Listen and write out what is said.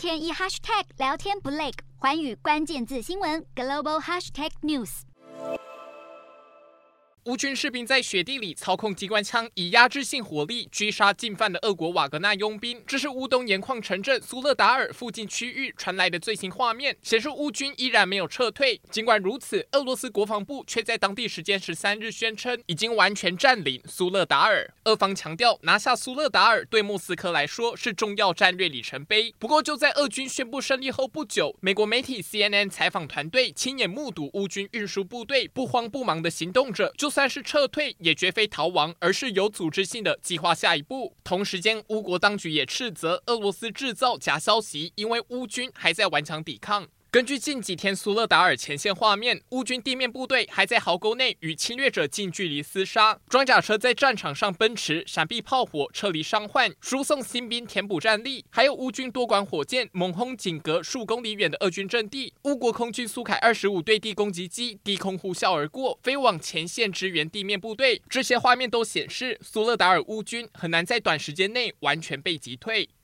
天一 hashtag 聊天不累，寰宇关键字新闻 global hashtag news。 乌军士兵在雪地里操控机关枪，以压制性火力狙杀进犯的俄国瓦格纳佣兵。这是乌东盐矿城镇苏勒达尔附近区域传来的最新画面，显示乌军依然没有撤退。尽管如此，俄罗斯国防部却在当地时间13日宣称，已经完全占领苏勒达尔。俄方强调，拿下苏勒达尔对莫斯科来说是重要战略里程碑。不过，就在俄军宣布胜利后不久，美国媒体 CNN 采访团队亲眼目睹乌军运输部队不慌不忙的行动着，就算是撤退，也绝非逃亡，而是有组织性的计划下一步。同时间，乌国当局也斥责俄罗斯制造假消息，因为乌军还在顽强抵抗。根据近几天苏勒达尔前线画面，乌军地面部队还在壕沟内与侵略者近距离厮杀，装甲车在战场上奔驰，闪避炮火，撤离伤患，输送新兵填补战力。还有乌军多管火箭猛轰仅隔数公里远的俄军阵地，乌国空军苏凯25对地攻击机低空呼啸而过，飞往前线支援地面部队。这些画面都显示，苏勒达尔乌军很难在短时间内完全被击退。